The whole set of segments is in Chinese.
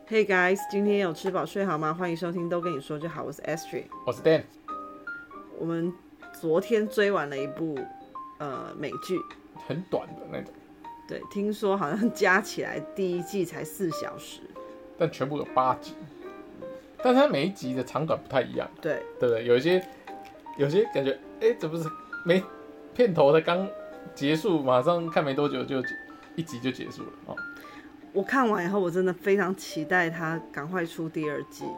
Hey guys， 今天有吃饱睡好吗？欢迎收听都跟你说就好，我是 Astrid， 我是 Dan。 我们昨天追完了一部美剧， 很短的那种， 对，听说好像加起来第一季才4小时， 但全部有8集，但是它每一集的长短不太一样， 对不对？有些感觉，怎么是片头才刚结束，马上看没多久就一集就结束了哦。 我看完以后，我真的非常期待它赶快出第2季。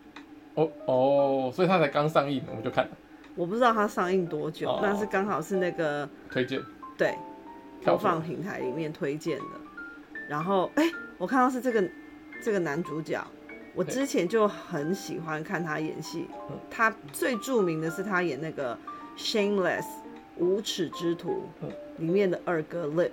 所以它才刚上映，我们就看了。 我不知道它上映多久，但是刚好是那个推荐， 对，播放平台里面推荐的。然后，我看到是这个男主角，我之前就很喜欢看他演戏。他最著名的是他演那个《Shameless》无耻之徒里面的二哥 Lip。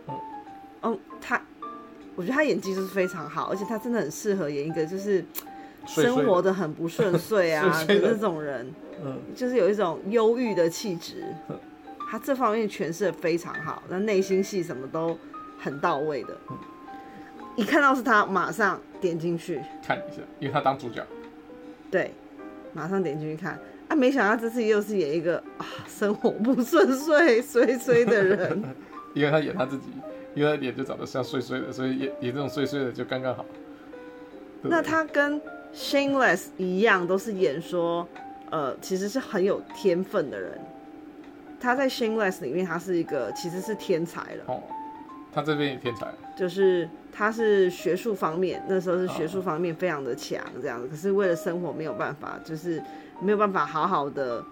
我觉得他演技就是非常好，而且他真的很适合演一个就是生活的很不顺遂啊的那种人，就是有一种忧郁的气质。他这方面诠释的非常好，那内心戏什么都很到位的。一看到是他，马上点进去看一下，因为他当主角。对， 马上点进去看。没想到这次又是演一个生活不顺遂、衰的人。 因为他演他自己。因为他脸就长得像碎碎的，所以演这种碎碎的就刚刚好。 那他跟 Shameless 一样，都是演说，其实是很有天分的人。他在 Shameless 里面，他是一个其实是天才了。 他这边也天才， 就是他是学术方面，那时候是学术方面非常的强，这样子。可是为了生活没有办法，就是没有办法好好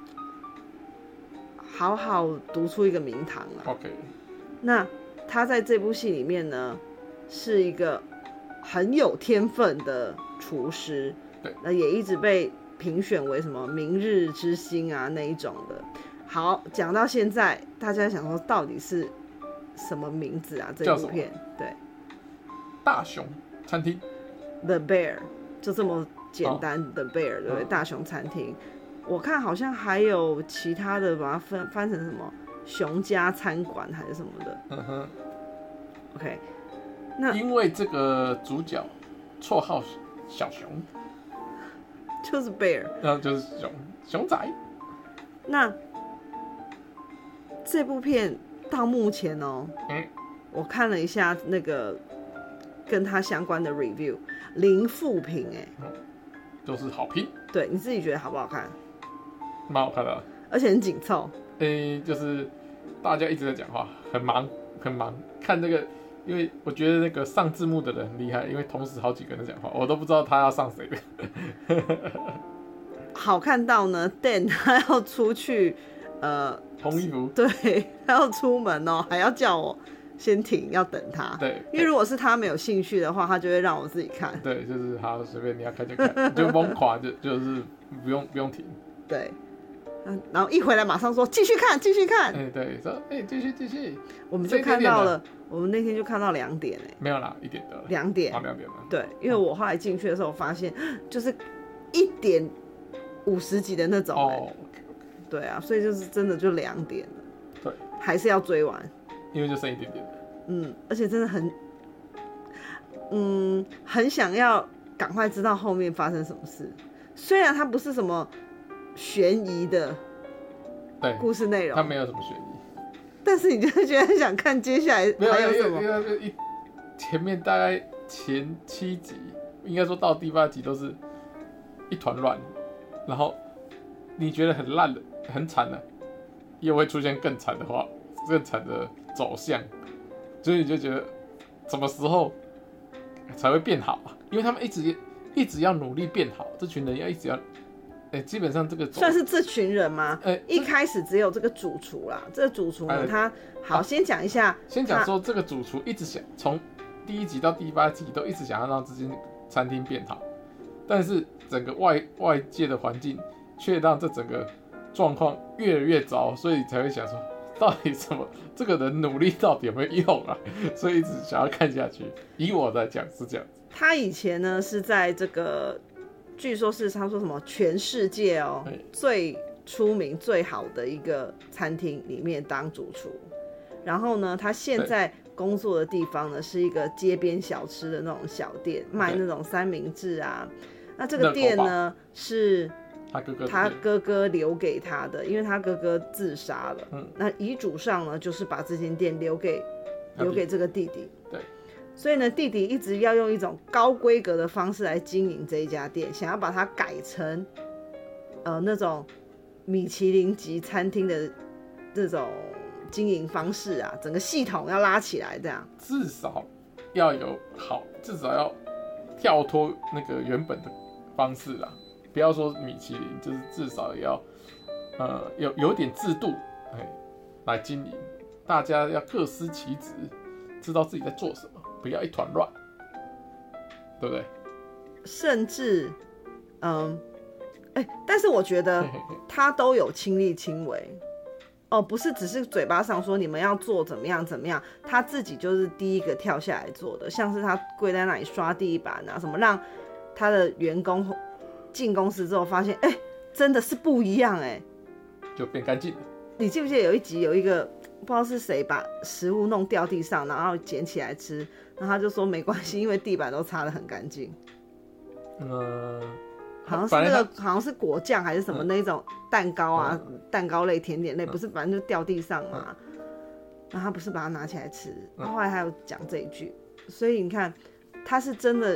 读出一个名堂了。 OK， 那他在这部戏里面呢，是一个很有天分的厨师， 对， 那也一直被评选为什么明日之星啊那一种的。好，讲到现在，大家想说到底是什么名字啊？这部片对， 大熊餐厅 The Bear 就这么简单，The Bear 对不对？大熊餐厅，我看好像还有其他的，把它翻成什么熊家餐馆还是什么的。OK， 那因为这个主角绰号小熊， 就是 Bear， 然后就是熊仔。 那这部片到目前我看了一下那个跟他相关的 review， 0负评都是好评。 对，你自己觉得好不好看？ 蛮好看的， 而且很紧凑。 就是大家一直在讲话，很忙，看那个。因为我觉得那个上字幕的人很厉害，因为同时好几个人在讲话，我都不知道他要上谁的。 好看到呢 Dan 他要出去同衣服， 对，他要出门还要叫我先停，要等他。 对， 因为如果是他没有兴趣的话，他就会让我自己看。 对，就是好，随便你要看就看，就疯狂，就是不用停。 对。然后一回来马上说继续看。 对，说继续。 我们就看到了，我们那天就看到2点没有啦，1点的了。 2点 2点了。 对，因为我后来进去的时候发现，就是1点50几的那种 okay. 对啊，所以就是真的就2点了。 对， 还是要追完， 因为就剩1点点了。而且真的很想要赶快知道后面发生什么事，虽然它不是什么悬疑的故事内容， 它没有什么悬疑， 但是你就会觉得很想看接下来还有什么。 因为前面大概前7集，应该说到第8集都是一团乱，然后你觉得很烂的、很惨的，又会出现更惨的走向，所以你就觉得什么时候才会变好？因为他们一直要努力变好，这群人一直要。基本上这个算是这群人吗？一开始只有这个主厨啦。这个主厨呢，他好，先讲一下。 先讲说这个主厨一直想从第1集到第8集都一直想要让这间餐厅变好，但是整个外界的环境却让这整个状况越来越糟，所以才会想说，到底什么这个人努力到底有没有用啊？所以一直想要看下去。以我来讲是这样子。 他以前呢是在这个。据说是他说什么全世界最出名最好的一个餐厅里面当主厨，然后呢他现在工作的地方呢，是一个街边小吃的那种小店，卖那种三明治啊。那这个店呢是他哥哥留给他的，因为他哥哥自杀了。那遗嘱上呢，就是把这间店留给这个弟弟。 对。 所以呢，弟弟一直要用一种高规格的方式来经营这一家店，想要把它改成那种米其林级餐厅的这种经营方式啊，整个系统要拉起来，这样至少要有至少要跳脱那个原本的方式啦，不要说米其林，就是至少也要有点制度来经营，大家要各司其职，知道自己在做什么，不要一团乱，对不对？ 甚至但是我觉得他都有亲力亲为不是只是嘴巴上说你们要做怎么样怎么样，他自己就是第一个跳下来做的，像是他跪在那里刷地板啊，什么让他的员工进公司之后发现真的是不一样就变干净了。 你记不记得有一集有一个不知道是谁把食物弄掉地上，然后捡起来吃，然后他就说没关系，因为地板都擦得很干净。好像是那个好像是果酱还是什么那种蛋糕啊，蛋糕类甜点类，不是反正就掉地上嘛，然后他不是把它拿起来吃，后来还有讲这一句，所以你看他是真的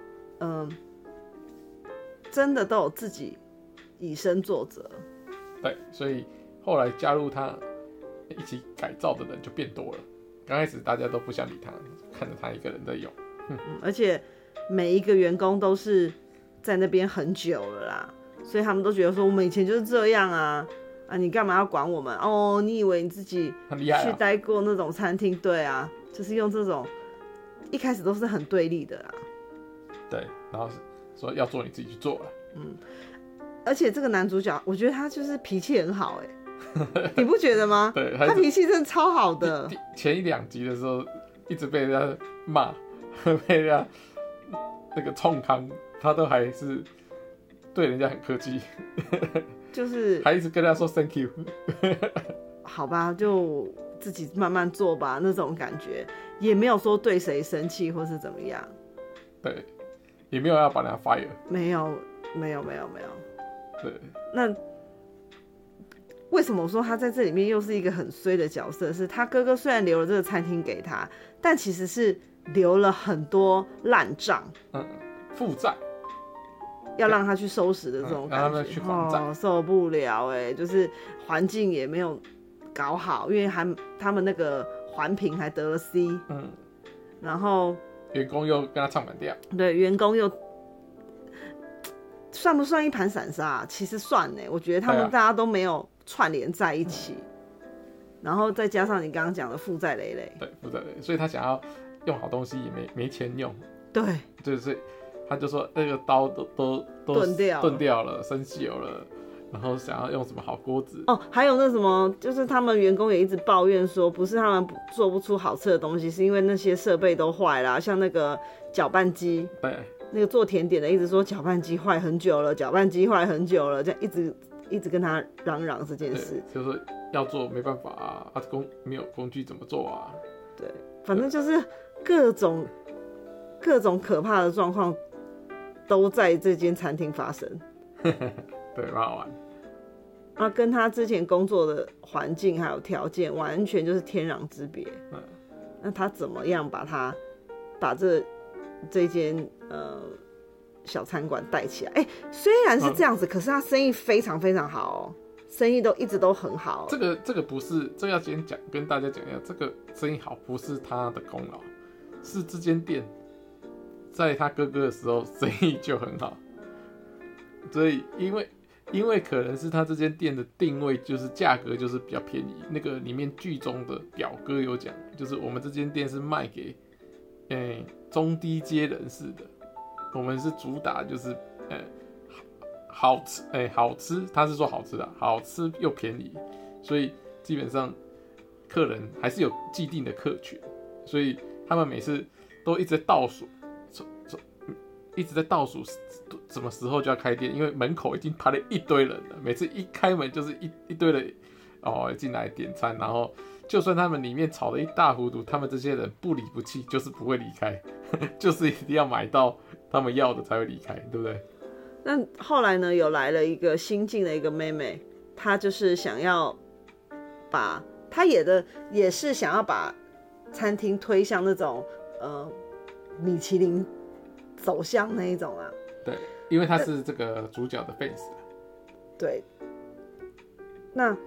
真的都有自己以身作则。 对，所以后来加入他一起改造的人就变多了，刚开始大家都不想理他，看着他一个人在用而且每一个员工都是在那边很久了啦，所以他们都觉得说我们以前就是这样啊，你干嘛要管我们？你以为你自己去待过那种餐厅？对啊，就是用这种一开始都是很对立的啦。对， 然后说要做你自己去做了。 而且这个男主角，我觉得他就是脾气很好你不觉得吗？ 对， 他脾气真的超好的。 前1-2集的时候，一直被人家骂，被人家那个冲康，他都还是对人家很客气，就是还一直跟他说 thank you 好吧，就自己慢慢做吧，那种感觉也没有说对谁生气或是怎么样。 对，也没有要把人家 fire。没有。 对，那为什么我说他在这里面又是一个很衰的角色？是他哥哥虽然留了这个餐厅给他，但其实是留了很多烂账， 负债， 要让他去收拾的这种感觉， 去还债受不了就是环境也没有搞好，因为他们那个环评还得了 C，然后员工又跟他唱反调， 对，员工又算不算一盘散沙？其实算我觉得他们大家都没有串联在一起，然后再加上你刚刚讲的负债累累， 对，负债累累，所以他想要用好东西也没钱用， 对， 就是他就说那个刀都钝掉了，生锈了，然后想要用什么好锅子还有那什么，就是他们员工也一直抱怨说，不是他们做不出好吃的东西，是因为那些设备都坏了，像那个搅拌机，对。那个做甜点的一直说搅拌机坏很久了，搅拌机坏很久了，这样一直跟他嚷嚷这件事， 就是说要做没办法啊，没有工具怎么做啊？ 对，反正就是各种可怕的状况都在这间餐厅发生。 对，蛮好玩。 跟他之前工作的环境还有条件完全就是天壤之别。那他怎么样把这间小餐馆带起来？虽然是这样子，可是他生意非常非常好生意一直都很好。这个不是，这要先跟大家讲一下，这个生意好不是他的功劳，是这间店在他哥哥的时候生意就很好，所以因为可能是他这间店的定位就是价格就是比较便宜。那个里面剧中的表哥有讲，就是我们这间店是卖给中低阶人士的，我们是主打就是好吃，他是说好吃的，好吃又便宜，所以基本上客人还是有既定的客群，所以他们每次都一直在倒数，什么时候就要开店，因为门口已经排了一堆人了，每次一开门就是一堆的进来点餐，然后就算他们里面吵得一大糊涂，他们这些人不离不弃，就是不会离开，就是一定要买到他们要的才会离开，对不对？ 那后来呢，有来了一个新进的一个妹妹，她就是想要把，她也是想要把餐厅推向那种米其林走向那一种啊。 对，因为她是这个主角的 fans。 对。那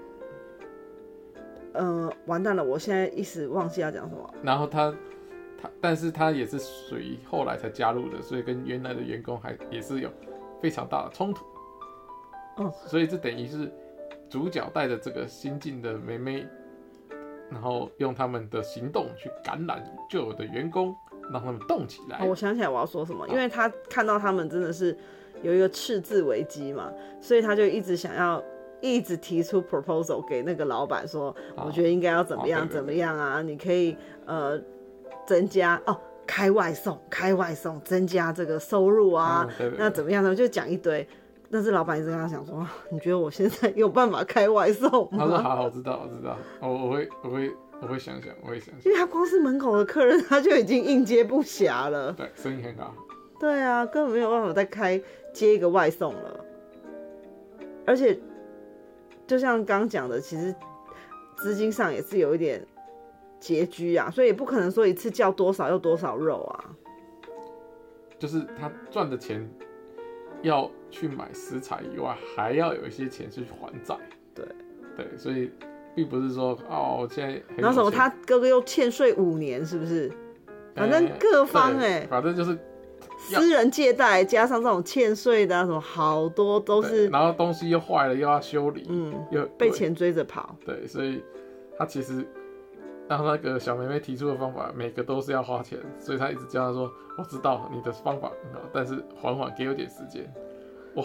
完蛋了，我现在一时忘记要讲什么。 然后但是他也是属于后来才加入的，所以跟原来的员工也是有非常大的冲突。所以这等于是主角带着这个新进的妹妹，然后用他们的行动去感染旧有的员工，让他们动起来。 我想起来我要说什么，因为他看到他们真的是有一个赤字危机嘛，所以他就一直想要一直提出 proposal 给那个老板说，我觉得应该要怎么样怎么样啊，你可以增加开外送增加这个收入啊，那怎么样呢？就讲一堆。但是老板一直跟他讲说，你觉得我现在有办法开外送吗？ 他说好，我知道，我会想想， 因为他光是门口的客人他就已经应接不暇了， 对，生意很好。 对啊，根本没有办法再接一个外送了，而且就像刚刚讲的，其实资金上也是有一点拮据啊，所以也不可能说一次叫多少又多少肉啊。 就是他赚的钱要去买食材以外，还要有一些钱去还债。对，所以并不是说现在很有钱， 然后什么他哥哥又欠税5年，是不是？反正各方反正就是私人借贷加上这种欠税的什么，好多都是。 然后东西又坏了又要修理，又被钱追着跑。 对，所以他其实让那个小妹妹提出的方法，每个都是要花钱，所以他一直叫她说：“我知道你的方法很好，但是缓缓给我点时间，我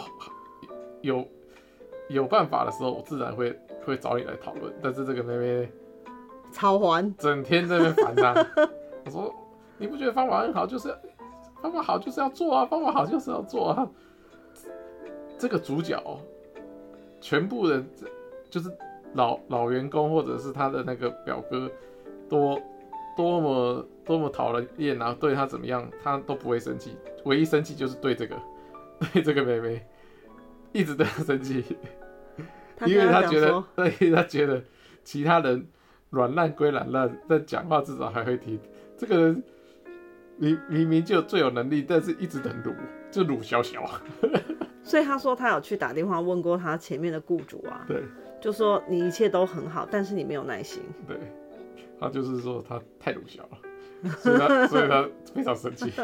有办法的时候，我自然会找你来讨论。”但是这个妹妹超还， 整天在那边烦他。我说：“你不觉得方法很好，方法好就是要做啊，方法好就是要做啊。”这个主角全部人就是老员工或者是他的那个表哥，多么讨人厌啊，对他怎么样他都不会生气，唯一生气就是对这个妹妹一直对他生气，因为他觉得其他人软烂归软烂，但讲话至少还会听。这个人明明就最有能力，但是一直很就鲁小小。 所以他说他有去打电话问过他前面的雇主啊， 对， 就说你一切都很好，但是你没有耐心。 对，他就是说他太鲁小了，所以他非常生气。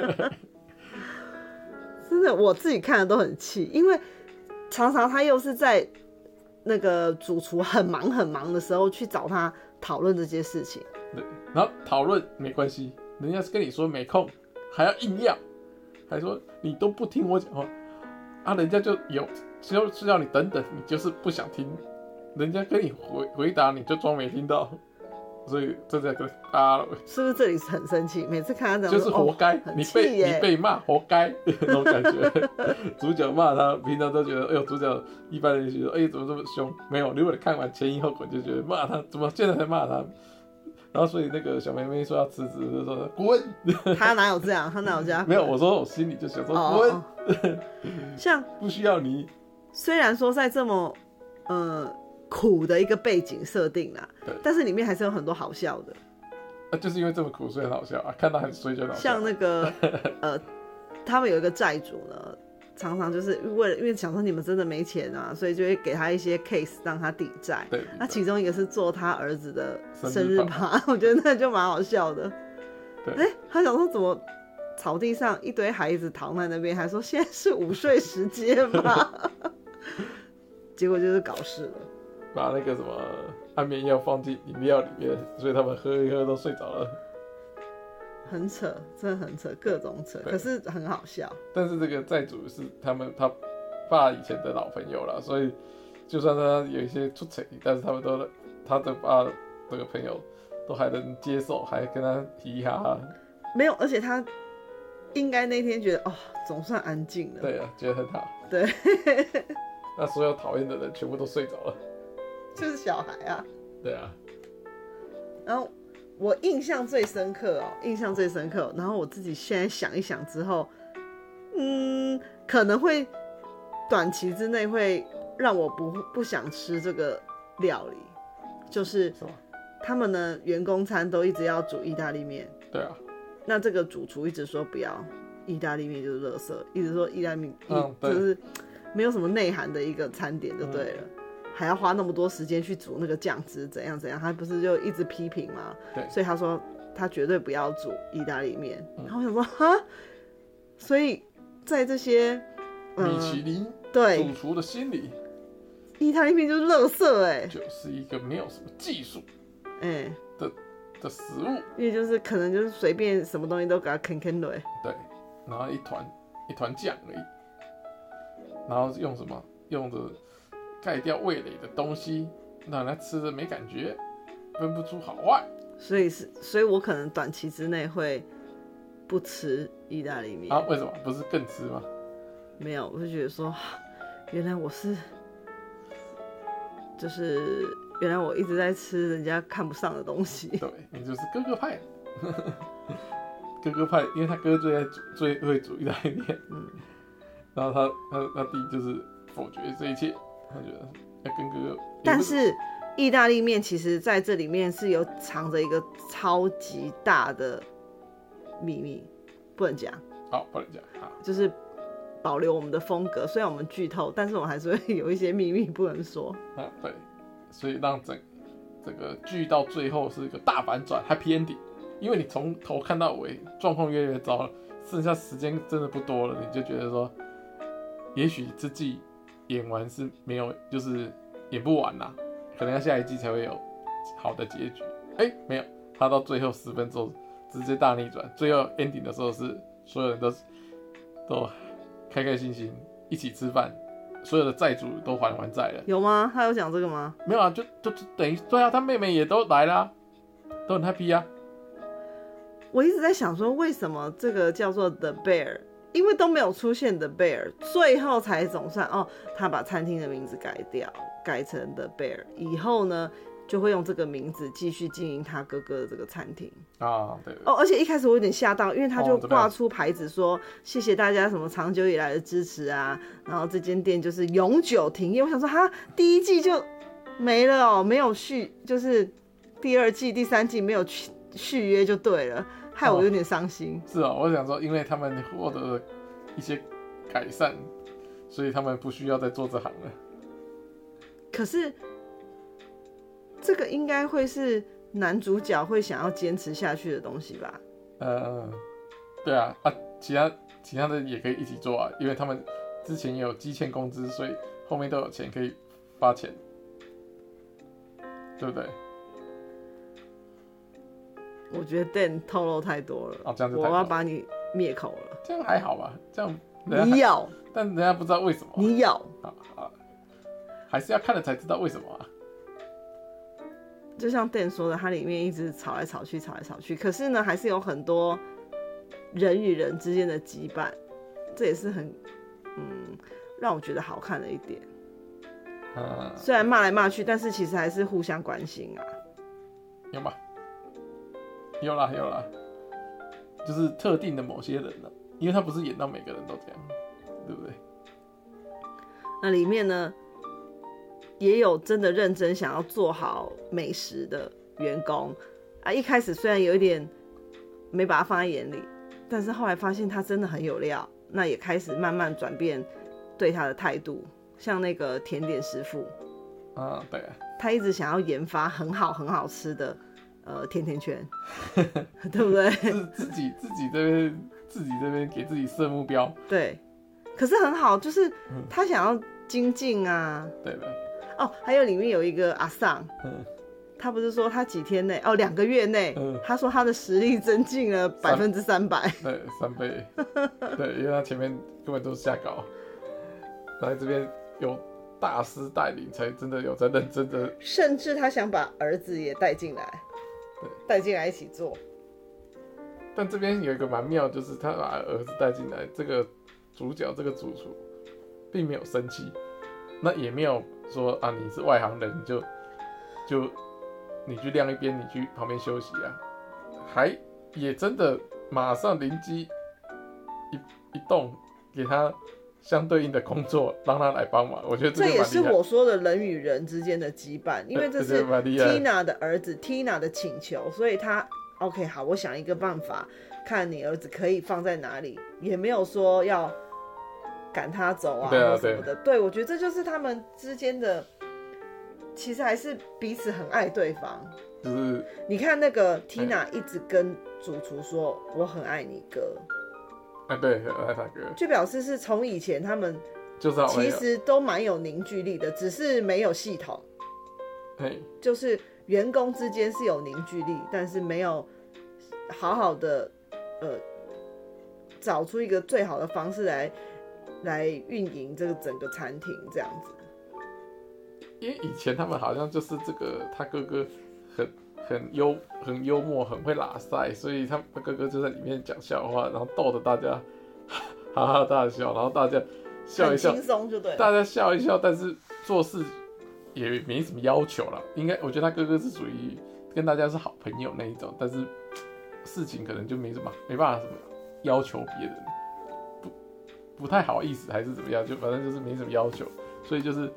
真的，我自己看的都很气，因为常常他又是在那个主厨很忙的时候去找他讨论这些事情。 对，然后讨论没关系，人家是跟你说没空，还要硬要，还说你都不听我讲话。人家就是要你等等，你就是不想听，人家跟你回答你就装没听到，所以这在跟了。 是不是这里很生气？每次看他这样就是活该，你被骂活该那种感觉。主角骂他，平常都觉得哎呦，主角一般人觉得哎怎么这么凶？没有，如果你看完前因后果，就觉得骂他怎么现在才骂他。然后所以那个小妹妹说要辞职，就说滚。 他哪有这样？他哪有这样？ 没有，我说我心里就想说滚。 像不需要你。 虽然说在这么苦的一个背景设定啦，但是里面还是有很多好笑的。 就是因为这么苦，所以很好笑啊！看到很衰就很好笑。 像那个他们有一个债主呢，常常就是因为想说你们真的没钱啊，所以就会给他一些 case 让他抵债。 对， 那其中一个是做他儿子的生日趴，我觉得那就蛮好笑的。对，他想说怎么草地上一堆孩子躺在那边，还说现在是午睡时间嘛，结果就是搞事了， 把那个什么安眠药放进饮料里面，所以他们喝一喝都睡着了。 很扯，真的很扯，各种扯，可是很好笑。 但是这个债主是他爸以前的老朋友啦，所以就算他有一些出彩，但是他的爸这个朋友都还能接受，还跟他嘻嘻哈哈。 没有，而且他应该那天觉得总算安静了。 对啊，觉得很好。 对。 那所有讨厌的人全部都睡着了。 就是小孩啊。 对啊。 然后我印象最深刻。然后我自己现在想一想之后，可能会短期之内会让我不想吃这个料理，就是他们呢员工餐都一直要煮意大利面。 对啊。 那这个主厨一直说不要，意大利面就是垃圾，一直说意大利面就是没有什么内涵的一个餐点就对了。还要花那么多时间去煮那个酱汁，怎样，他不是就一直批评吗？ 对， 所以他说他绝对不要煮意大利面。然后我想说哈，所以在这些米其林主厨的心里， 意大利面就是垃圾就是一个没有什么技术的食物， 因为就是可能就是随便什么东西都给它啃对， 然后一团酱而已，然后用什么用着盖掉味蕾的东西，让人家吃的没感觉，分不出好坏。 所以我可能短期之内会不吃意大利面。 为什么不是更吃吗？ 没有，我就觉得说，原来我是，就是原来我一直在吃人家看不上的东西。 对，你就是哥哥派。哥哥派，因为他哥最会煮意大利面，然后他弟就是否决这一切，他觉得要跟哥哥。 但是意大利面其实在这里面是有藏着一个超级大的秘密，不能讲。 不能讲。 就是保留我们的风格，虽然我们剧透，但是我们还是会有一些秘密不能说。 对，所以让整个剧到最后是一个大反转 ，Happy Ending。因为你从头看到尾，状况越来越糟了，剩下时间真的不多了，你就觉得说，也许这季演完是没有，就是演不完啦，可能要下一季才会有好的结局。没有，他到最后10分钟直接大逆转，最后 ending 的时候是所有人都开开心心一起吃饭，所有的债主都还完债了。 有吗？他有讲这个吗？ 没有啊，就等于对啊，他妹妹也都来啦，都很 happy 啊。 我一直在想说，为什么这个叫做 The Bear？ 因为都没有出现 The Bear， 最后才总算他把餐厅的名字改成 The Bear， 以后呢就会用这个名字继续经营他哥哥的这个餐厅对。 而且一开始我有点吓到，因为他就挂出牌子说谢谢大家什么长久以来的支持啊，然后这间店就是永久停业。我想说第一季就没了没有就是第2季、第3季没有续约就对了。害我有点伤心。 是我想说，因为他们获得了一些改善，所以他们不需要再做这行了。 可是这个应该会是男主角会想要坚持下去的东西吧？ 对啊，其他的也可以一起做啊，因为他们之前也有积欠工资，所以后面都有钱可以发钱，对不对？ 我觉得 Dan 透露太多了， 这样子我要把你灭口了。 这样还好吧？这样你有， 但人家不知道为什么。 你有还是要看了才知道为什么啊。 就像 Dan 说的，它里面一直吵来吵去，可是呢，还是有很多人与人之间的羁绊，这也是很让我觉得好看的一点。虽然骂来骂去，但是其实还是互相关心啊。 有吗？有啦，就是特定的某些人呢，因为他不是演到每个人都这样，对不对？ 那里面呢，也有真的认真想要做好美食的员工啊。一开始虽然有一点没把他放在眼里，但是后来发现他真的很有料，那也开始慢慢转变对他的态度。像那个甜点师傅， 对啊， 他一直想要研发很好吃的甜甜圈，对不对？ 自己这边给自己设目标， 对。可是很好，就是他想要精进啊。 对的。 还有里面有一个阿桑，他不是说他几天内2个月内，他说他的实力增进了300%， 对，3倍，对，因为他前面根本都是瞎搞，来这边有大师带领，才真的有在认真的， 甚至他想把儿子也带进来，带进来一起做。 但这边有一个蛮妙，就是他把儿子带进来，这个主角这个主厨并没有生气，那也没有说你是外行人，你就就你去晾一边，你去旁边休息啊，也真的马上灵机一动，给他相对应的工作，让他来帮忙。我觉得这也是我说的人与人之间的羁绊，因为这是 Tina 的儿子 Tina 的请求，所以他 OK 好，我想一个办法，看你儿子可以放在哪里，也没有说要赶他走啊或什么的。对，我觉得这就是他们之间的，其实还是彼此很爱对方。 就是你看那个 Tina 一直跟主厨说我很爱你哥， 对，很爱他哥， 就表示是从以前他们其实都蛮有凝聚力的，只是没有系统。就是员工之间是有凝聚力，但是没有好好的找出一个最好的方式来运营这个整个餐厅这样子。 因为以前他们好像就是这个他哥哥很幽默，很会拉塞，所以他哥哥就在里面讲笑话，然后逗得大家哈哈大笑，然后大家笑一笑， 很轻松就对了， 大家笑一笑，但是做事也没什么要求啦。应该我觉得他哥哥是属于跟大家是好朋友那一种，但是事情可能就没办法什么要求别人，不太好意思还是怎么样，就反正就是没什么要求，所以就是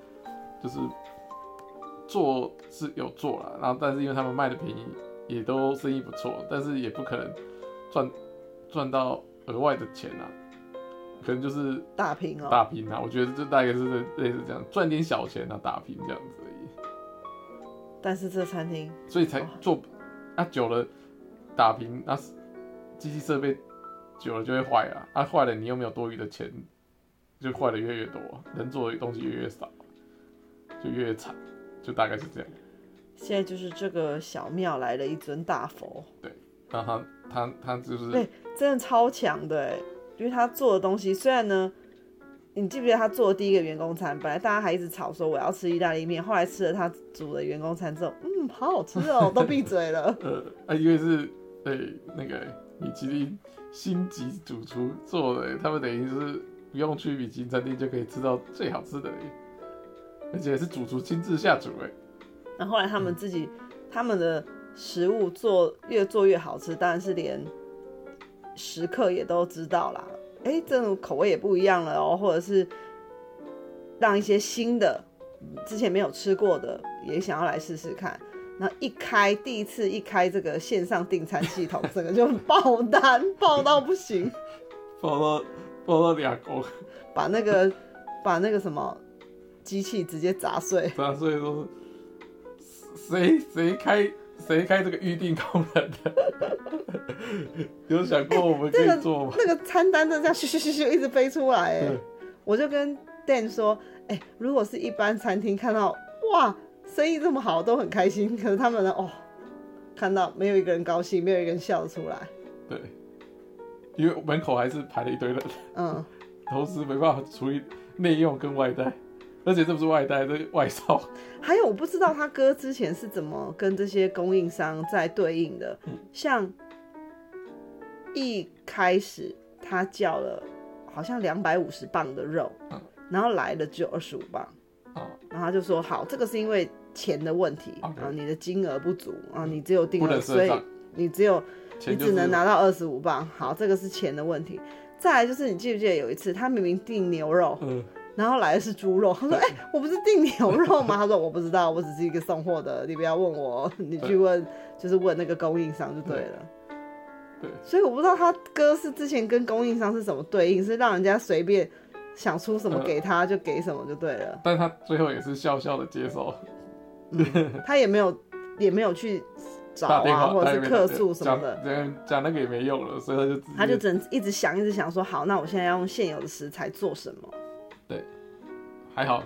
做是有做啦，然后但是因为他们卖的便宜，也都生意不错，但是也不可能赚到额外的钱啊，可能就是打平啊，我觉得这大概是类似这样，赚点小钱啊，打平这样子而已。 但是这餐厅， 所以才做久了打平，机器设备久了就会坏啊，坏了你又没有多余的钱，就坏的越多，能做的东西越少，就越惨。就大概是这样。 现在就是这个小庙来了一尊大佛， 对，然后他就是对，真的超强的哎，因为他做的东西虽然呢，你记不记得他做的第一个员工餐，本来大家还一直吵说我要吃意大利面，后来吃了他煮的员工餐之后，好好吃哦，都闭嘴了。 因为是那个米其林星级主厨做的，他们等于是不用去米其林餐厅就可以吃到最好吃的。而且是主厨亲自下厨然后后来他们他们的食物越做越好吃，当然是连食客也都知道啦。这种口味也不一样了哦，或者是让一些新的之前没有吃过的也想要来试试看。然后第一次一开这个线上订餐系统，整个就爆单，爆到不行， 爆到2公， 把那个什么。机器直接砸碎都是谁开这个预订功能的？有想过我们可以做吗？ 那个餐单就这样咻咻咻咻一直飞出来，我就跟 Dan 说，如果是一般餐厅看到哇生意这么好都很开心，可是他们呢看到没有一个人高兴，没有一个人笑得出来。 对，因为门口还是排了一堆人，同时没办法处理内用跟外带。而且这不是外带，这是外送。 还有我不知道他哥之前是怎么跟这些供应商在对应的。像一开始他叫了好像250磅的肉，然后来了只有25磅，然后他就说好，这个是因为钱的问题，你的金额不足你只有订了，所以你只能拿到25磅。好，这个是钱的问题。再来就是你记不记得有一次他明明订牛肉，然后来的是猪肉，他说我不是订牛肉吗？他说我不知道，我只是一个送货的，你不要问我，你去问就是问那个供应商就对了。 对， 所以我不知道他哥是之前跟供应商是什么对应，是让人家随便想出什么给他就给什么就对了。 但他最后也是笑笑的接受， 他也没有去找或者是客诉什么的， 讲那个也没用了，所以他就只一直想说好，那我现在要用现有的食材做什么？ 对，还好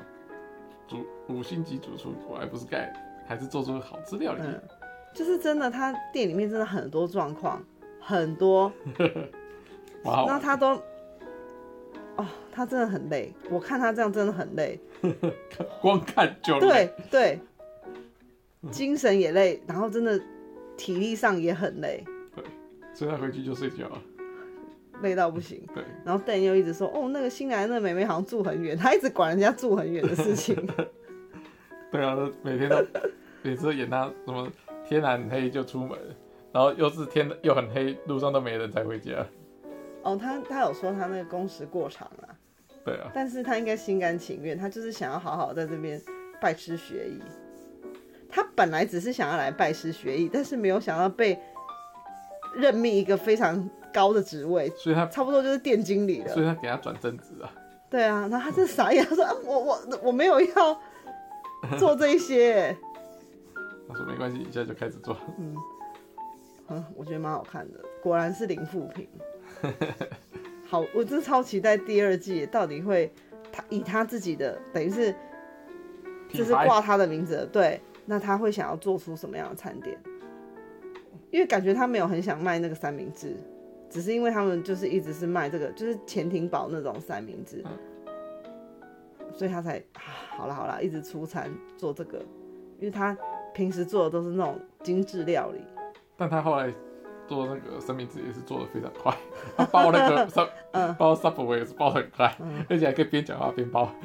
5星级主厨我还不是还是做出好吃料理。 就是真的，他店里面真的很多状况，很多，那他都，他真的很累。我看他这样真的很累， 光看就累。 对，精神也累，然后真的体力上也很累。 对，所以他回去就睡觉了。 累到不行， 对。 然后Dan又一直说，那个新来的那个妹妹好像住很远，他一直管人家住很远的事情。 对啊，每天都每次演他什么天很黑就出门，然后又是天又很黑，路上都没人才回家。 哦，他有说他那个工时过长啦。 对啊， 但是他应该心甘情愿，他就是想要好好在这边拜师学艺。他本来只是想要来拜师学艺，但是没有想到被任命一个非常高的职位， 所以他差不多就是店经理了。 所以他给他转正职啊。 对啊，然后他就傻眼，他说、我没有要做这一些。 他说没关系，你现在就开始做。 我觉得蛮好看的，果然是零负评。好，我真的超期待第二季到底会以他自己的等于是就是挂他的名字了，对，那他会想要做出什么样的餐点？因为感觉他没有很想卖那个三明治，只是因为他们就是一直是卖这个就是潜艇堡那种三明治，所以他才好啦一直出餐做这个，因为他平时做的都是那种精致料理。 但他后来做那个三明治也是做的非常快，他包那个包 Subway 也是包得很快，而且还可以边讲话边包，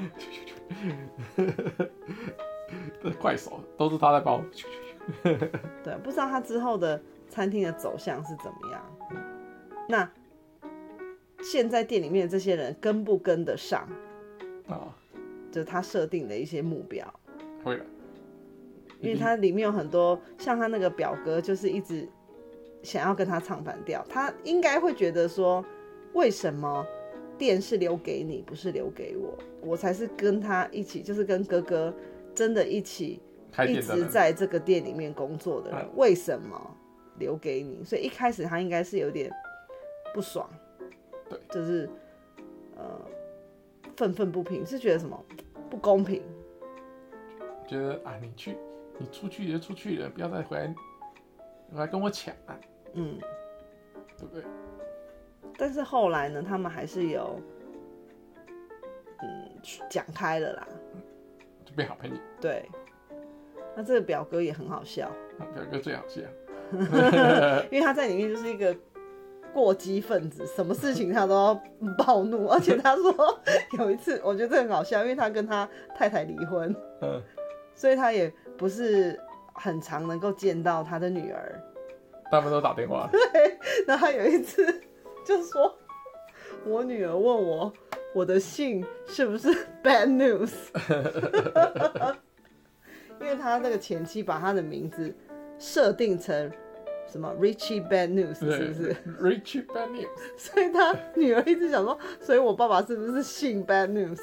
快手都是他在包。 对，不知道他之后的餐厅的走向是怎么样。那现在店里面的这些人跟不跟得上就是他设定的一些目标。 会了， 因为他里面有很多像他那个表哥，就是一直想要跟他唱反调。他应该会觉得说，为什么店是留给你，不是留给我？我才是跟他一起，就是跟哥哥真的一起一直在这个店里面工作的人，为什么留给你？所以一开始他应该是有点不爽， 对， 就是愤愤不平，是觉得什么不公平？ 觉得你出去就出去了，不要再回来跟我抢啊，对不对？ 但是后来呢，他们还是有讲开了啦， 就变好朋友。 对，那这个表哥也很好笑， 表哥最好笑， 因为他在里面就是一个过激分子，什么事情他都要暴怒，而且他说有一次，我觉得这很好笑，因为他跟他太太离婚，所以他也不是很常能够见到他的女儿， 他们都打电话。 对，然后他有一次就说，我女儿问我的姓是不是 bad news， 因为他那个前妻把他的名字设定成什么 Richie Bad News 是不是 ？Richie Bad News， 所以他女儿一直想说，所以我爸爸是不是姓 Bad News？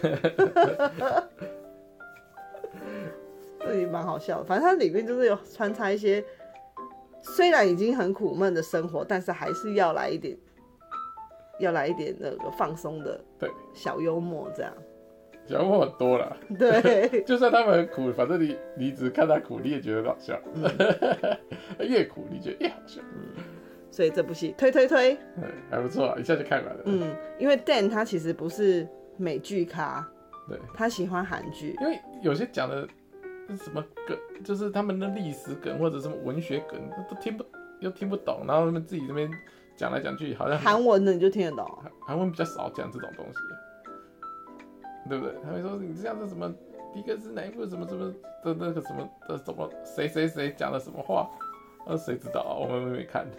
这也蛮好笑的。反正它里面就是有穿插一些，虽然已经很苦闷的生活，但是还是要来一点那个放松的小幽默，这样。 小幽默很多啦。 对， 就算他们很苦，反正你只看他苦，你也觉得好笑。越苦你觉得越好笑。 所以这部戏推， 还不错，一下就看完了。 因为 Dan 他其实不是美剧咖， 对， 他喜欢韩剧， 因为有些讲的什么梗，就是他们的历史梗或者什么文学梗，都听不懂，然后他们自己这边讲来讲去，好像韩文的你就听得懂， 韩文比较少讲这种东西，对不对？他会说你这样子什么，第一个是哪一部什么什么的那个什么的什么谁讲了什么话，谁知道啊？我们没看。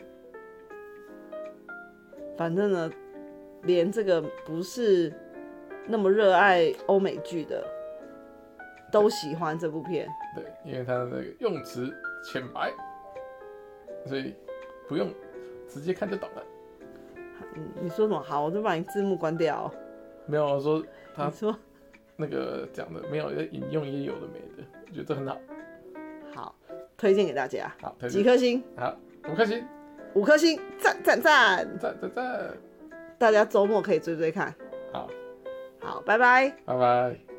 反正呢，连这个不是那么热爱欧美剧的都喜欢这部片。 对，因为他的那个用词浅白，所以不用直接看就懂了。 你说什么？好，我就把你字幕关掉。 没有，我说他说那个讲的没有引用也有的没的，我觉得这很好。 好，推荐给大家。 好， 几颗星？ 好，5颗星。 5颗星，赞！ 大家周末可以追看。 好， 拜拜。 拜拜。